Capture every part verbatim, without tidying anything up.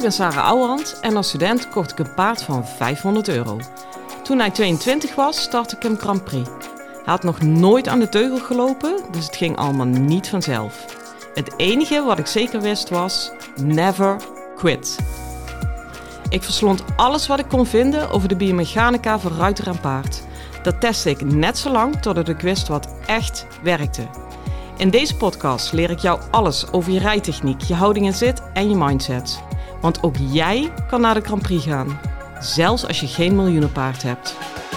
ben Sarah Ouwehand en als student kocht ik een paard van vijfhonderd euro. Toen hij tweeëntwintig was, startte ik hem Grand Prix. Hij had nog nooit aan de teugel gelopen, dus het ging allemaal niet vanzelf. Het enige wat ik zeker wist was, never quit. Ik verslond alles wat ik kon vinden over de biomechanica van ruiter en paard. Dat testte ik net zo lang totdat ik wist wat echt werkte. In deze podcast leer ik jou alles over je rijtechniek, je houding en zit en je mindset. Want ook jij kan naar de Grand Prix gaan, zelfs als je geen miljoenenpaard hebt.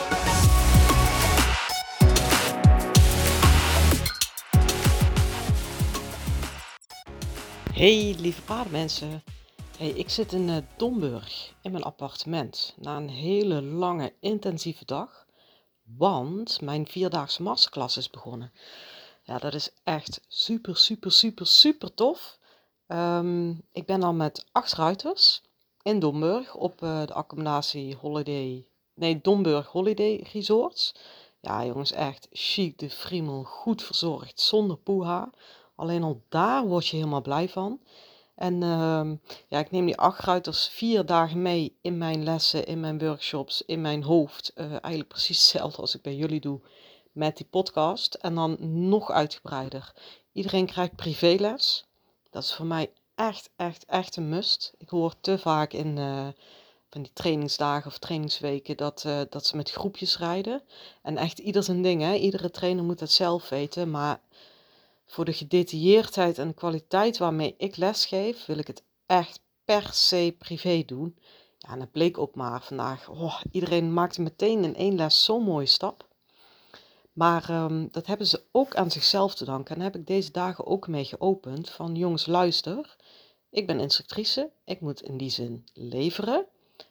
Hey lieve paardenmensen. Hey, ik zit in uh, Domburg in mijn appartement na een hele lange intensieve dag, want mijn vierdaagse masterclass is begonnen. Ja, dat is echt super, super, super, super tof. Um, ik ben al met acht ruiters in Domburg op uh, de accommodatie Holiday, nee, Domburg Holiday Resorts. Ja, jongens, echt chic, de friemel, goed verzorgd, zonder poeha. Alleen al daar word je helemaal blij van. En uh, ja, ik neem die acht ruiters vier dagen mee in mijn lessen, in mijn workshops, in mijn hoofd. Uh, eigenlijk precies hetzelfde als ik bij jullie doe met die podcast. En dan nog uitgebreider. Iedereen krijgt privéles. Dat is voor mij echt, echt, echt een must. Ik hoor te vaak in uh, van die trainingsdagen of trainingsweken dat, uh, dat ze met groepjes rijden. En echt ieder zijn ding, hè. Iedere trainer moet het zelf weten, maar voor de gedetailleerdheid en de kwaliteit waarmee ik lesgeef, wil ik het echt per se privé doen. Ja, en dat bleek ook maar vandaag. Oh, iedereen maakte meteen in één les zo'n mooie stap. Maar um, dat hebben ze ook aan zichzelf te danken. En daar heb ik deze dagen ook mee geopend. Van jongens, luister. Ik ben instructrice. Ik moet in die zin leveren.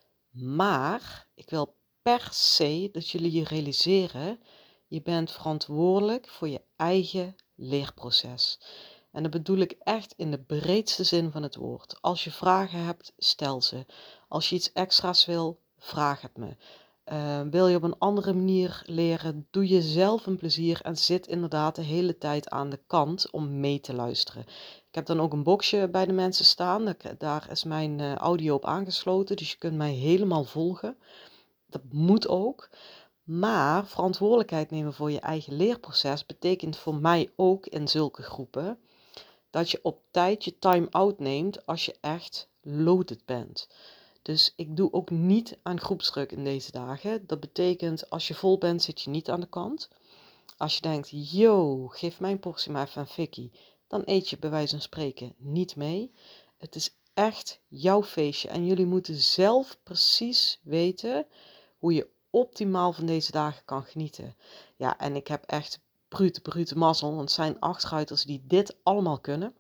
Maar ik wil per se dat jullie je realiseren. Je bent verantwoordelijk voor je eigen leerproces. En dat bedoel ik echt in de breedste zin van het woord. Als je vragen hebt, stel ze. Als je iets extra's wil, vraag het me. Uh, wil je op een andere manier leren, doe jezelf een plezier en zit inderdaad de hele tijd aan de kant om mee te luisteren. Ik heb dan ook een boxje bij de mensen staan, daar is mijn uh, audio op aangesloten, dus je kunt mij helemaal volgen. Dat moet ook. Maar verantwoordelijkheid nemen voor je eigen leerproces betekent voor mij ook in zulke groepen dat je op tijd je time-out neemt als je echt loaded bent. Dus ik doe ook niet aan groepsdruk in deze dagen. Dat betekent als je vol bent zit je niet aan de kant. Als je denkt, yo, geef mijn portie maar even aan Vicky, dan eet je bij wijze van spreken niet mee. Het is echt jouw feestje en jullie moeten zelf precies weten hoe je optimaal van deze dagen kan genieten. Ja, en ik heb echt brute, brute mazzel, want het zijn acht ruiters die dit allemaal kunnen.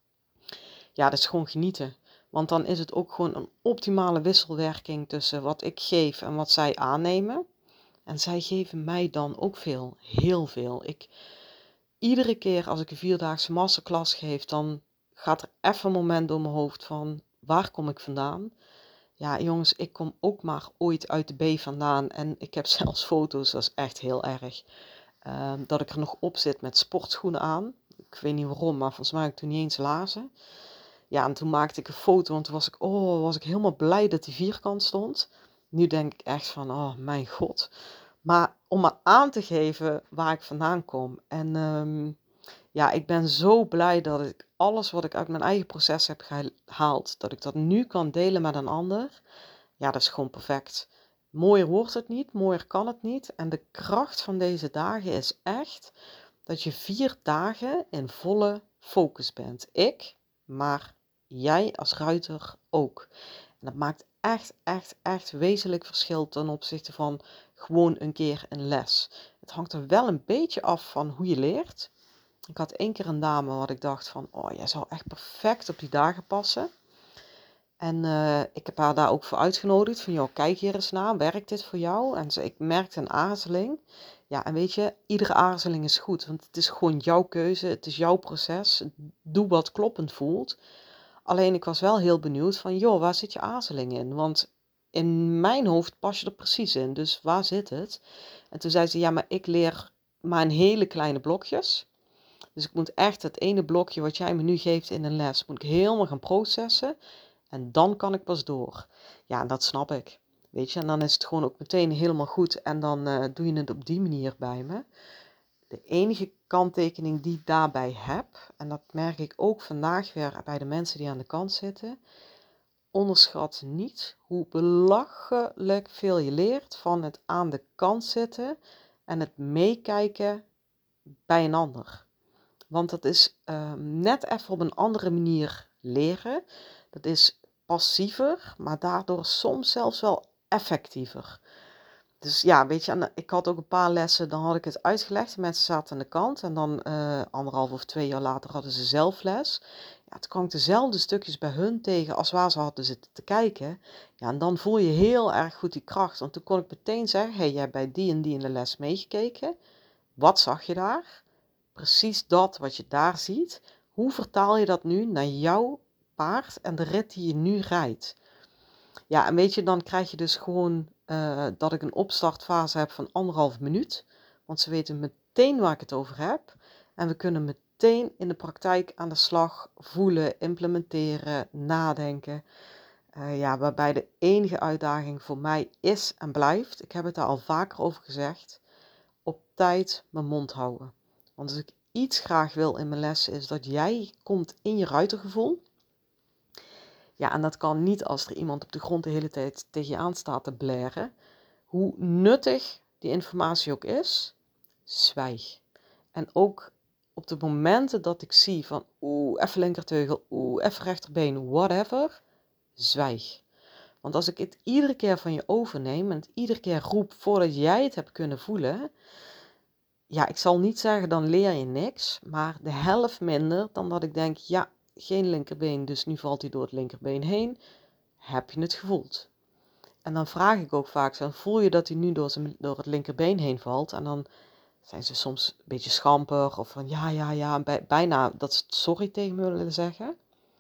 Ja, dat is gewoon genieten. Want dan is het ook gewoon een optimale wisselwerking tussen wat ik geef en wat zij aannemen. En zij geven mij dan ook veel, heel veel. Ik, iedere keer als ik een vierdaagse masterclass geef, dan gaat er even een moment door mijn hoofd van, waar kom ik vandaan? Ja, jongens, ik kom ook maar ooit uit de B vandaan. En ik heb zelfs foto's, dat is echt heel erg. Uh, dat ik er nog op zit met sportschoenen aan. Ik weet niet waarom, maar volgens mij heb ik toen niet eens lazen. Ja, en toen maakte ik een foto, want toen was ik, oh, was ik helemaal blij dat die vierkant stond. Nu denk ik echt van, oh, mijn god. Maar om maar aan te geven waar ik vandaan kom. En um, ja, ik ben zo blij dat ik alles wat ik uit mijn eigen proces heb gehaald, dat ik dat nu kan delen met een ander. Ja, dat is gewoon perfect. Mooier wordt het niet, mooier kan het niet. En de kracht van deze dagen is echt dat je vier dagen in volle focus bent. Ik, maar jij als ruiter ook. En dat maakt echt, echt, echt wezenlijk verschil ten opzichte van gewoon een keer een les. Het hangt er wel een beetje af van hoe je leert. Ik had één keer een dame wat ik dacht van, oh, jij zou echt perfect op die dagen passen. En uh, ik heb haar daar ook voor uitgenodigd van, joh, kijk hier eens naar, werkt dit voor jou? En ze, ik merkte een aarzeling. Ja, en weet je, iedere aarzeling is goed, want het is gewoon jouw keuze, het is jouw proces. Doe wat kloppend voelt. Alleen ik was wel heel benieuwd van, joh, waar zit je aarzeling in? Want in mijn hoofd pas je er precies in, dus waar zit het? En toen zei ze, ja, maar ik leer maar in hele kleine blokjes. Dus ik moet echt het ene blokje wat jij me nu geeft in een les, moet ik helemaal gaan processen. En dan kan ik pas door. Ja, dat snap ik. Weet je, en dan is het gewoon ook meteen helemaal goed. En dan uh, doe je het op die manier bij me. De enige kanttekening die ik daarbij heb, en dat merk ik ook vandaag weer bij de mensen die aan de kant zitten, onderschat niet hoe belachelijk veel je leert van het aan de kant zitten en het meekijken bij een ander. Want dat is uh, net even op een andere manier leren. Dat is passiever, maar daardoor soms zelfs wel effectiever. Dus ja, weet je, ik had ook een paar lessen, dan had ik het uitgelegd. Mensen zaten aan de kant en dan uh, anderhalf of twee jaar later hadden ze zelf les. Ja, toen kwam ik dezelfde stukjes bij hun tegen als waar ze hadden zitten te kijken. Ja, en dan voel je heel erg goed die kracht. Want toen kon ik meteen zeggen, hé, hey, jij hebt bij die en die in de les meegekeken. Wat zag je daar? Precies dat wat je daar ziet. Hoe vertaal je dat nu naar jouw paard en de rit die je nu rijdt? Ja, en weet je, dan krijg je dus gewoon uh, dat ik een opstartfase heb van anderhalf minuut. Want ze weten meteen waar ik het over heb. En we kunnen meteen in de praktijk aan de slag voelen, implementeren, nadenken. Uh, ja, waarbij de enige uitdaging voor mij is en blijft, ik heb het daar al vaker over gezegd, op tijd mijn mond houden. Want als ik iets graag wil in mijn lessen is dat jij komt in je ruitergevoel. Ja, en dat kan niet als er iemand op de grond de hele tijd tegen je aan staat te blaren. Hoe nuttig die informatie ook is, zwijg. En ook op de momenten dat ik zie van oeh, even linkerteugel, oeh, even rechterbeen, whatever, zwijg. Want als ik het iedere keer van je overneem en het iedere keer roep voordat jij het hebt kunnen voelen, ja, ik zal niet zeggen dan leer je niks, maar de helft minder dan dat ik denk, ja, geen linkerbeen, dus nu valt hij door het linkerbeen heen. Heb je het gevoeld? En dan vraag ik ook vaak, dan voel je dat hij nu door, zijn, door het linkerbeen heen valt? En dan zijn ze soms een beetje schamper of van ja, ja, ja, bij, bijna dat ze sorry tegen me willen zeggen.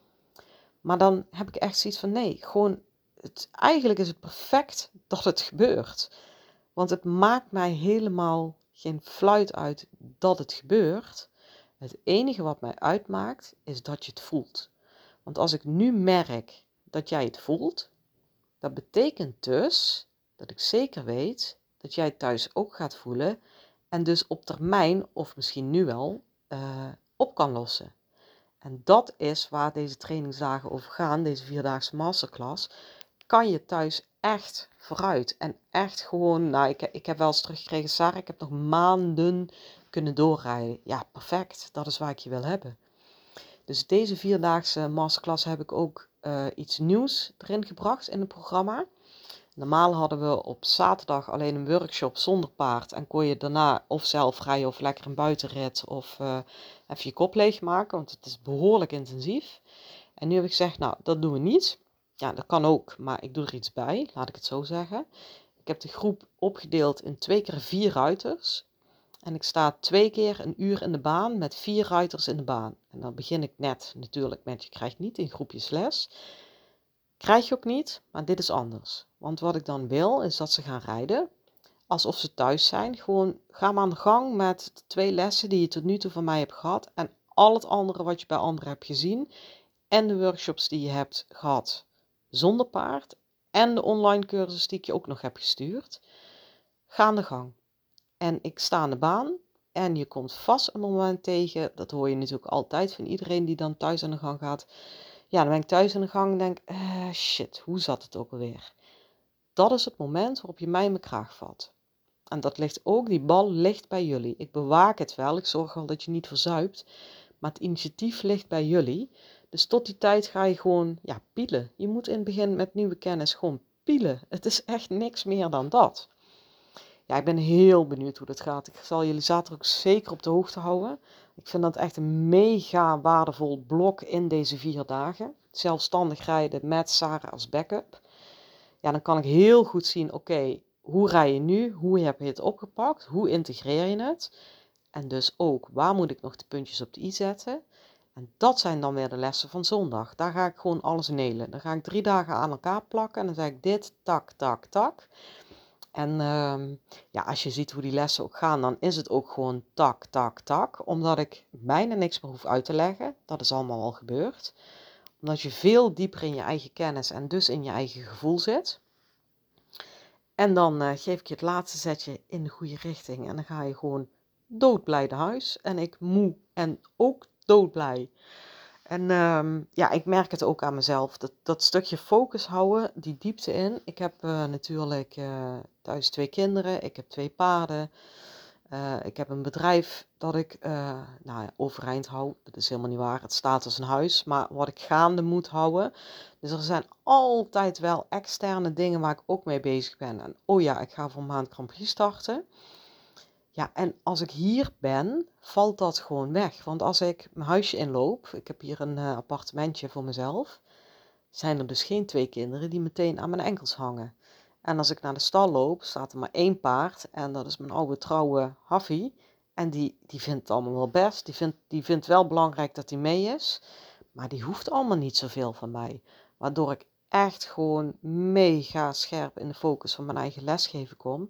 Maar dan heb ik echt zoiets van nee, gewoon, het, eigenlijk is het perfect dat het gebeurt. Want het maakt mij helemaal geen fluit uit dat het gebeurt. Het enige wat mij uitmaakt is dat je het voelt. Want als ik nu merk dat jij het voelt, dat betekent dus dat ik zeker weet dat jij het thuis ook gaat voelen en dus op termijn, of misschien nu wel, uh, op kan lossen. En dat is waar deze trainingsdagen over gaan, deze vierdaagse masterclass. Kan je thuis echt vooruit en echt gewoon, nou ik, ik heb wel eens teruggekregen, Sarah, ik heb nog maanden kunnen doorrijden. Ja, perfect, dat is waar ik je wil hebben. Dus deze vierdaagse masterclass heb ik ook uh, iets nieuws erin gebracht in het programma. Normaal hadden we op zaterdag alleen een workshop zonder paard en kon je daarna of zelf rijden of lekker een buitenrit of uh, even je kop leegmaken, want het is behoorlijk intensief. En nu heb ik gezegd, nou dat doen we niet. Ja, dat kan ook, maar ik doe er iets bij, laat ik het zo zeggen. Ik heb de groep opgedeeld in twee keer vier ruiters. En ik sta twee keer een uur in de baan met vier ruiters in de baan. En dan begin ik net natuurlijk met, je krijgt niet in groepjes les. Krijg je ook niet, maar dit is anders. Want wat ik dan wil, is dat ze gaan rijden. Alsof ze thuis zijn. Gewoon, ga maar aan de gang met de twee lessen die je tot nu toe van mij hebt gehad. En al het andere wat je bij anderen hebt gezien. En de workshops die je hebt gehad zonder paard. En de online cursus die ik je ook nog heb gestuurd. Ga aan de gang. En ik sta aan de baan. En je komt vast een moment tegen. Dat hoor je natuurlijk altijd van iedereen die dan thuis aan de gang gaat. Ja, dan ben ik thuis aan de gang en denk, uh, shit, hoe zat het ook alweer? Dat is het moment waarop je mij in mijn kraag valt. En dat ligt ook, die bal ligt bij jullie. Ik bewaak het wel, ik zorg wel dat je niet verzuipt. Maar het initiatief ligt bij jullie. Dus tot die tijd ga je gewoon, ja, pielen. Je moet in het begin met nieuwe kennis gewoon pielen. Het is echt niks meer dan dat. Ja, ik ben heel benieuwd hoe dat gaat. Ik zal jullie zaterdag ook zeker op de hoogte houden. Ik vind dat echt een mega waardevol blok in deze vier dagen. Zelfstandig rijden met Sarah als backup. Ja, dan kan ik heel goed zien, oké, okay, hoe rij je nu? Hoe heb je het opgepakt? Hoe integreer je het? En dus ook, waar moet ik nog de puntjes op de i zetten? En dat zijn dan weer de lessen van zondag. Daar ga ik gewoon alles nelen. Dan ga ik drie dagen aan elkaar plakken en dan zeg ik dit, tak, tak, tak. En uh, ja, als je ziet hoe die lessen ook gaan, dan is het ook gewoon tak, tak, tak. Omdat ik bijna niks meer hoef uit te leggen. Dat is allemaal al gebeurd. Omdat je veel dieper in je eigen kennis en dus in je eigen gevoel zit. En dan uh, geef ik je het laatste zetje in de goede richting. En dan ga je gewoon doodblij naar huis. En ik moe en ook doodblij. En um, ja, ik merk het ook aan mezelf. Dat, dat stukje focus houden, die diepte in. Ik heb uh, natuurlijk uh, thuis twee kinderen. Ik heb twee paarden. Uh, ik heb een bedrijf dat ik uh, nou ja, overeind hou. Dat is helemaal niet waar. Het staat als een huis. Maar wat ik gaande moet houden. Dus er zijn altijd wel externe dingen waar ik ook mee bezig ben. En oh ja, ik ga voor maand Grand Prix starten. Ja, en als ik hier ben, valt dat gewoon weg. Want als ik mijn huisje inloop, ik heb hier een uh, appartementje voor mezelf, zijn er dus geen twee kinderen die meteen aan mijn enkels hangen. En als ik naar de stal loop, staat er maar één paard en dat is mijn oude trouwe Haffie. En die, die vindt het allemaal wel best, die vindt, die vindt wel belangrijk dat hij mee is, maar die hoeft allemaal niet zoveel van mij. Waardoor ik echt gewoon mega scherp in de focus van mijn eigen lesgeven kom.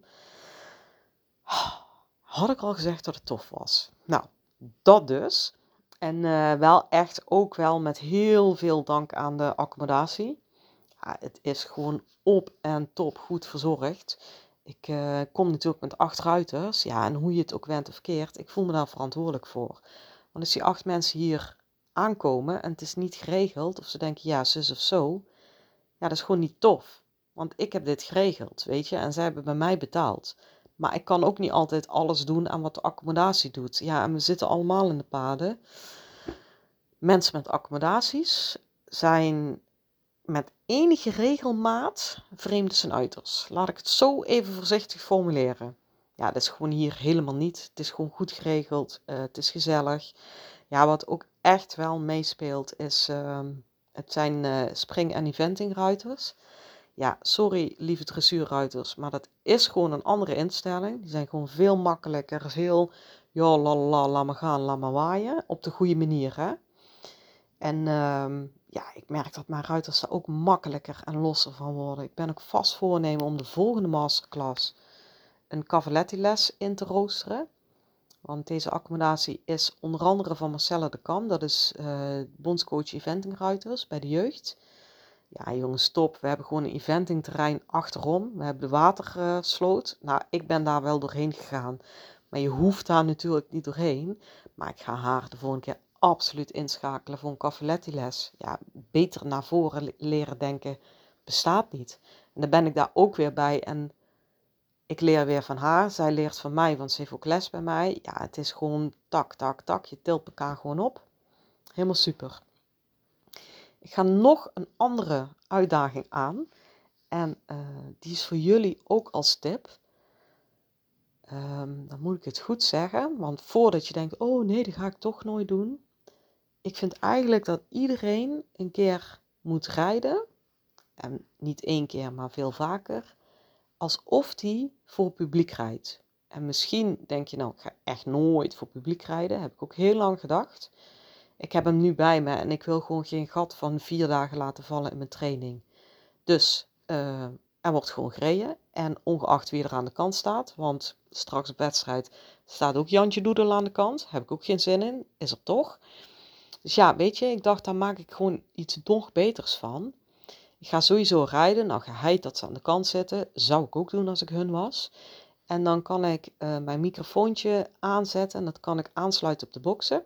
Had ik al gezegd dat het tof was. Nou, dat dus. En uh, wel echt ook wel met heel veel dank aan de accommodatie. Ja, het is gewoon op en top goed verzorgd. Ik uh, kom natuurlijk met acht ruiters. Ja, en hoe je het ook went of keert, ik voel me daar verantwoordelijk voor. Want als die acht mensen hier aankomen en het is niet geregeld, of ze denken ja, zus of zo, ja, dat is gewoon niet tof. Want ik heb dit geregeld, weet je, en zij hebben bij mij betaald. Maar ik kan ook niet altijd alles doen aan wat de accommodatie doet. Ja, en we zitten allemaal in de paden. Mensen met accommodaties zijn met enige regelmaat vreemde zijn uiters. Laat ik het zo even voorzichtig formuleren. Ja, dat is gewoon hier helemaal niet. Het is gewoon goed geregeld. Uh, het is gezellig. Ja, wat ook echt wel meespeelt is... Uh, het zijn uh, spring- en eventingruiters. Ja, sorry lieve dressuurruiters, maar dat is gewoon een andere instelling. Die zijn gewoon veel makkelijker, heel, ja, la la, laat maar gaan, laat maar waaien. Op de goede manier, hè. En um, ja, ik merk dat mijn ruiters er ook makkelijker en losser van worden. Ik ben ook vast voornemen om de volgende masterclass een cavaletti-les in te roosteren. Want deze accommodatie is onder andere van Marcella de Kam. Dat is uh, bondscoach eventingruiters bij de jeugd. Ja, jongens, stop. We hebben gewoon een eventingterrein achterom. We hebben de watersloot. Nou, ik ben daar wel doorheen gegaan. Maar je hoeft daar natuurlijk niet doorheen. Maar ik ga haar de volgende keer absoluut inschakelen voor een cavaletti-les. Ja, beter naar voren leren denken bestaat niet. En dan ben ik daar ook weer bij. En ik leer weer van haar. Zij leert van mij, want ze heeft ook les bij mij. Ja, het is gewoon tak, tak, tak. Je tilt elkaar gewoon op. Helemaal super. Ik ga nog een andere uitdaging aan. En uh, die is voor jullie ook als tip. Um, dan moet ik het goed zeggen. Want voordat je denkt, oh nee, dat ga ik toch nooit doen. Ik vind eigenlijk dat iedereen een keer moet rijden. En niet één keer, maar veel vaker. Alsof die voor publiek rijdt. En misschien denk je nou, ik ga echt nooit voor publiek rijden. Heb ik ook heel lang gedacht. Ik heb hem nu bij me en ik wil gewoon geen gat van vier dagen laten vallen in mijn training. Dus uh, er wordt gewoon gereden. En ongeacht wie er aan de kant staat, want straks op wedstrijd staat ook Jantje Doedel aan de kant. Heb ik ook geen zin in, is er toch. Dus ja, weet je, ik dacht, daar maak ik gewoon iets nog beters van. Ik ga sowieso rijden. Nou, geheid dat ze aan de kant zitten, zou ik ook doen als ik hun was. En dan kan ik uh, mijn microfoontje aanzetten en dat kan ik aansluiten op de boxen.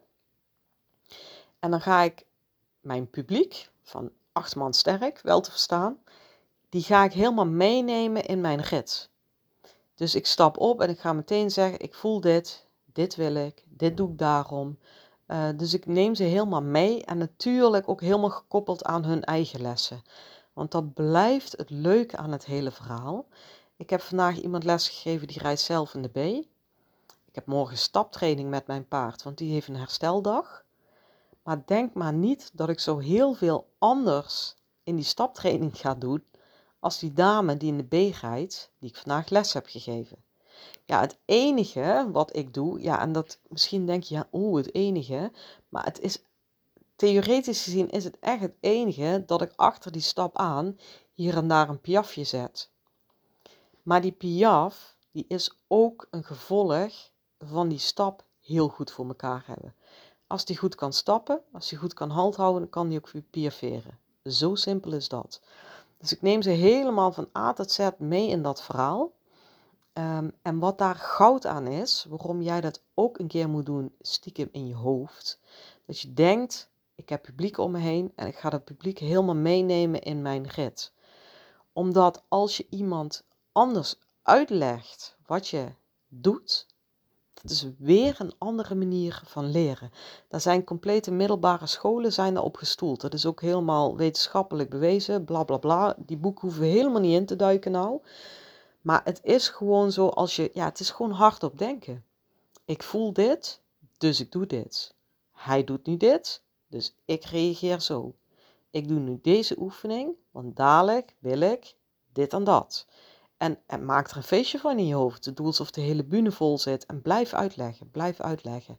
En dan ga ik mijn publiek, van acht man sterk, wel te verstaan, die ga ik helemaal meenemen in mijn rit. Dus ik stap op en ik ga meteen zeggen, ik voel dit, dit wil ik, dit doe ik daarom. Uh, dus ik neem ze helemaal mee en natuurlijk ook helemaal gekoppeld aan hun eigen lessen. Want dat blijft het leuke aan het hele verhaal. Ik heb vandaag iemand lesgegeven die rijdt zelf in de B. Ik heb morgen staptraining met mijn paard, want die heeft een hersteldag. Maar denk maar niet dat ik zo heel veel anders in die staptraining ga doen als die dame die in de B rijdt, die ik vandaag les heb gegeven. Ja, het enige wat ik doe, ja, en dat misschien denk je, ja, oeh, het enige, maar het is, theoretisch gezien is het echt het enige dat ik achter die stap aan hier en daar een piafje zet. Maar die piaf, die is ook een gevolg van die stap heel goed voor elkaar hebben. Als die goed kan stappen, als die goed kan handhouden, dan kan die ook piaferen. Zo simpel is dat. Dus ik neem ze helemaal van A tot Z mee in dat verhaal. Um, en wat daar goud aan is, waarom jij dat ook een keer moet doen, stiekem in je hoofd. Dat je denkt, ik heb publiek om me heen en ik ga dat publiek helemaal meenemen in mijn rit. Omdat als je iemand anders uitlegt wat je doet, dat is weer een andere manier van leren. Daar zijn complete middelbare scholen zijn daarop gestoeld. Dat is ook helemaal wetenschappelijk bewezen, bla bla bla. Die boeken hoeven we helemaal niet in te duiken nou. Maar het is gewoon zo als je, ja, het is gewoon hardop denken. Ik voel dit, dus ik doe dit. Hij doet nu dit, dus ik reageer zo. Ik doe nu deze oefening, want dadelijk wil ik dit en dat. En, en maak er een feestje van in je hoofd. Doe alsof de hele bühne vol zit. En blijf uitleggen, blijf uitleggen.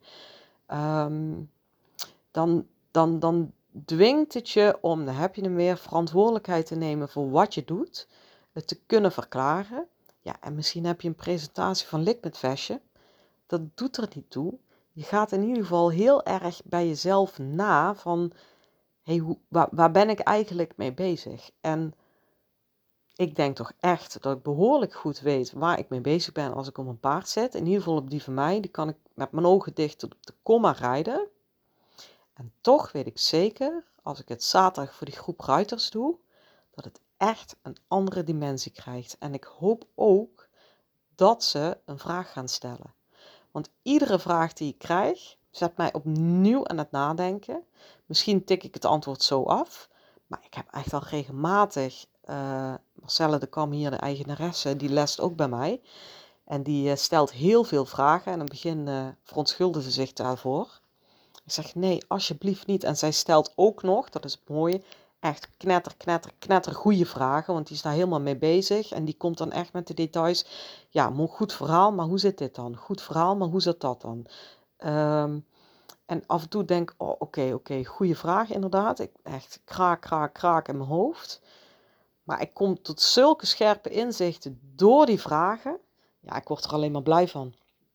Um, dan, dan, dan dwingt het je om, dan heb je hem weer, verantwoordelijkheid te nemen voor wat je doet. Het te kunnen verklaren. Ja, en misschien heb je een presentatie van Liquidvestje. Dat doet er niet toe. Je gaat in ieder geval heel erg bij jezelf na van, hey, hoe, waar, waar ben ik eigenlijk mee bezig? En ik denk toch echt dat ik behoorlijk goed weet waar ik mee bezig ben als ik op een paard zit. In ieder geval op die van mij, die kan ik met mijn ogen dicht tot op de komma rijden. En toch weet ik zeker, als ik het zaterdag voor die groep ruiters doe, dat het echt een andere dimensie krijgt. En ik hoop ook dat ze een vraag gaan stellen. Want iedere vraag die ik krijg, zet mij opnieuw aan het nadenken. Misschien tik ik het antwoord zo af, maar ik heb echt al regelmatig, uh, Marcelle de Kam hier, de eigenaresse, die lest ook bij mij. En die uh, stelt heel veel vragen en in het begin uh, verontschuldigde ze zich daarvoor. Ik zeg nee, alsjeblieft niet. En zij stelt ook nog, dat is het mooie, echt knetter, knetter, knetter goede vragen. Want die is daar helemaal mee bezig. En die komt dan echt met de details. Ja, goed verhaal, maar hoe zit dit dan? Goed verhaal, maar hoe zit dat dan? Um, en af en toe denk ik, oh oké, okay, oké, okay, goede vraag inderdaad. Ik echt kraak, kraak, kraak in mijn hoofd. Maar ik kom tot zulke scherpe inzichten door die vragen. Ja, ik word er alleen maar blij van.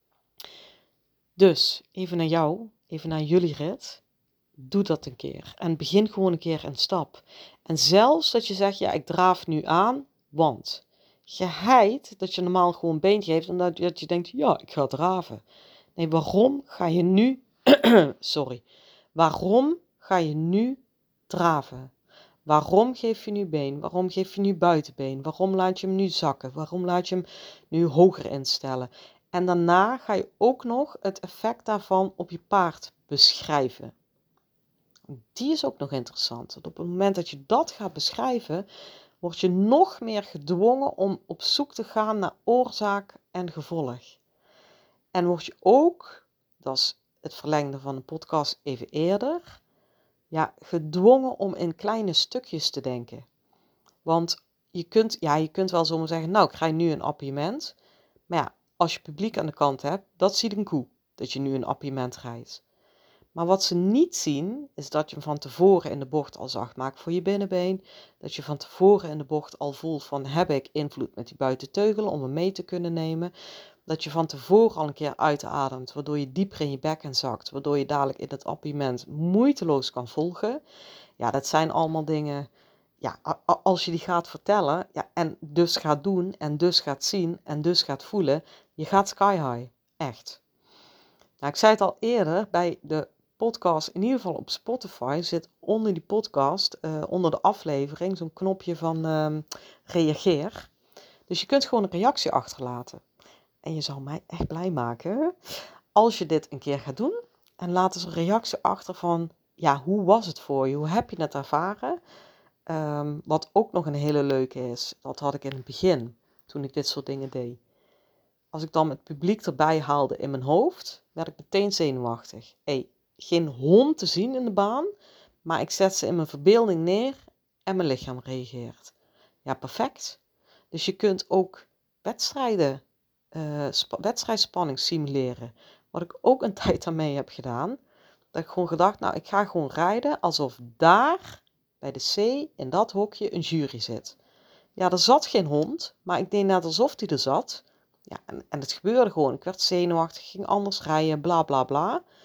Dus, even naar jou, even naar jullie rit. Doe dat een keer. En begin gewoon een keer een stap. En zelfs dat je zegt, ja, ik draaf nu aan, want. Geheid dat je normaal gewoon een beentje heeft en dat, dat je denkt, ja, ik ga draven. Nee, waarom ga je nu, sorry, waarom ga je nu draven? Waarom geef je nu been? Waarom geef je nu buitenbeen? Waarom laat je hem nu zakken? Waarom laat je hem nu hoger instellen? En daarna ga je ook nog het effect daarvan op je paard beschrijven. Die is ook nog interessant. Want op het moment dat je dat gaat beschrijven, word je nog meer gedwongen om op zoek te gaan naar oorzaak en gevolg. En word je ook, dat is het verlengde van de podcast even eerder, ja, gedwongen om in kleine stukjes te denken. Want je kunt, ja, je kunt wel zomaar zeggen, nou, ik krijg nu een appiëment. Maar ja, als je publiek aan de kant hebt, dat ziet een koe, dat je nu een appiëment rijdt. Maar wat ze niet zien, is dat je hem van tevoren in de bocht al zacht maakt voor je binnenbeen. Dat je van tevoren in de bocht al voelt van, heb ik invloed met die buitenteugel om hem mee te kunnen nemen. Dat je van tevoren al een keer uitademt, waardoor je dieper in je bekken zakt. Waardoor je dadelijk in het appiëment moeiteloos kan volgen. Ja, dat zijn allemaal dingen, ja, als je die gaat vertellen, ja, en dus gaat doen, en dus gaat zien, en dus gaat voelen, je gaat sky high. Echt. Nou, ik zei het al eerder, bij de podcast, in ieder geval op Spotify, zit onder die podcast, uh, onder de aflevering, zo'n knopje van uh, reageer. Dus je kunt gewoon een reactie achterlaten. En je zal mij echt blij maken als je dit een keer gaat doen. En laat eens een reactie achter van, ja, hoe was het voor je? Hoe heb je het ervaren? Um, wat ook nog een hele leuke is, dat had ik in het begin, toen ik dit soort dingen deed. Als ik dan het publiek erbij haalde in mijn hoofd, werd ik meteen zenuwachtig. Hey, geen hond te zien in de baan, maar ik zet ze in mijn verbeelding neer en mijn lichaam reageert. Ja, perfect. Dus je kunt ook wedstrijden, uh, sp- wedstrijdspanning simuleren. Wat ik ook een tijd daarmee heb gedaan. Dat ik gewoon gedacht, nou, ik ga gewoon rijden alsof daar bij de C in dat hokje een jury zit. Ja, er zat geen hond, maar ik deed net alsof die er zat. Ja, en, en het gebeurde gewoon. Ik werd zenuwachtig, ging anders rijden, bla bla bla.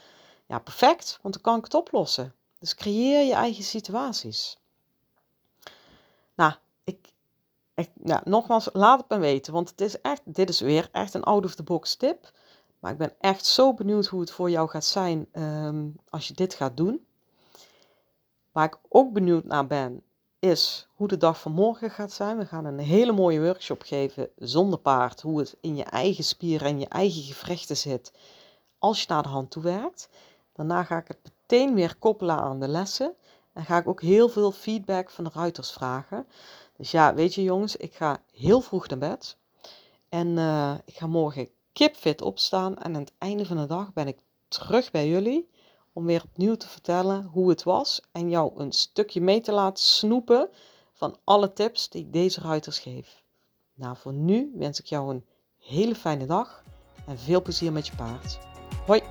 Ja, perfect, want dan kan ik het oplossen. Dus creëer je eigen situaties. Nou, ik, ik, nou, nogmaals, laat het me weten, want het is echt, dit is weer echt een out-of-the-box tip. Maar ik ben echt zo benieuwd hoe het voor jou gaat zijn um, als je dit gaat doen. Waar ik ook benieuwd naar ben, is hoe de dag van morgen gaat zijn. We gaan een hele mooie workshop geven zonder paard. Hoe het in je eigen spieren en je eigen gewrichten zit als je naar de hand toe werkt. Daarna ga ik het meteen weer koppelen aan de lessen. En ga ik ook heel veel feedback van de ruiters vragen. Dus ja, weet je jongens, ik ga heel vroeg naar bed. En uh, ik ga morgen kipfit opstaan. En aan het einde van de dag ben ik terug bij jullie. Om weer opnieuw te vertellen hoe het was. En jou een stukje mee te laten snoepen van alle tips die ik deze ruiters geef. Nou, voor nu wens ik jou een hele fijne dag. En veel plezier met je paard. Hoi!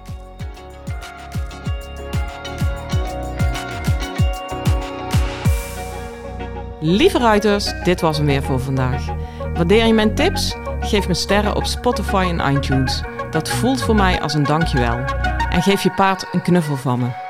Lieve ruiters, dit was hem weer voor vandaag. Waardeer je mijn tips? Geef me sterren op Spotify en iTunes. Dat voelt voor mij als een dankjewel. En geef je paard een knuffel van me.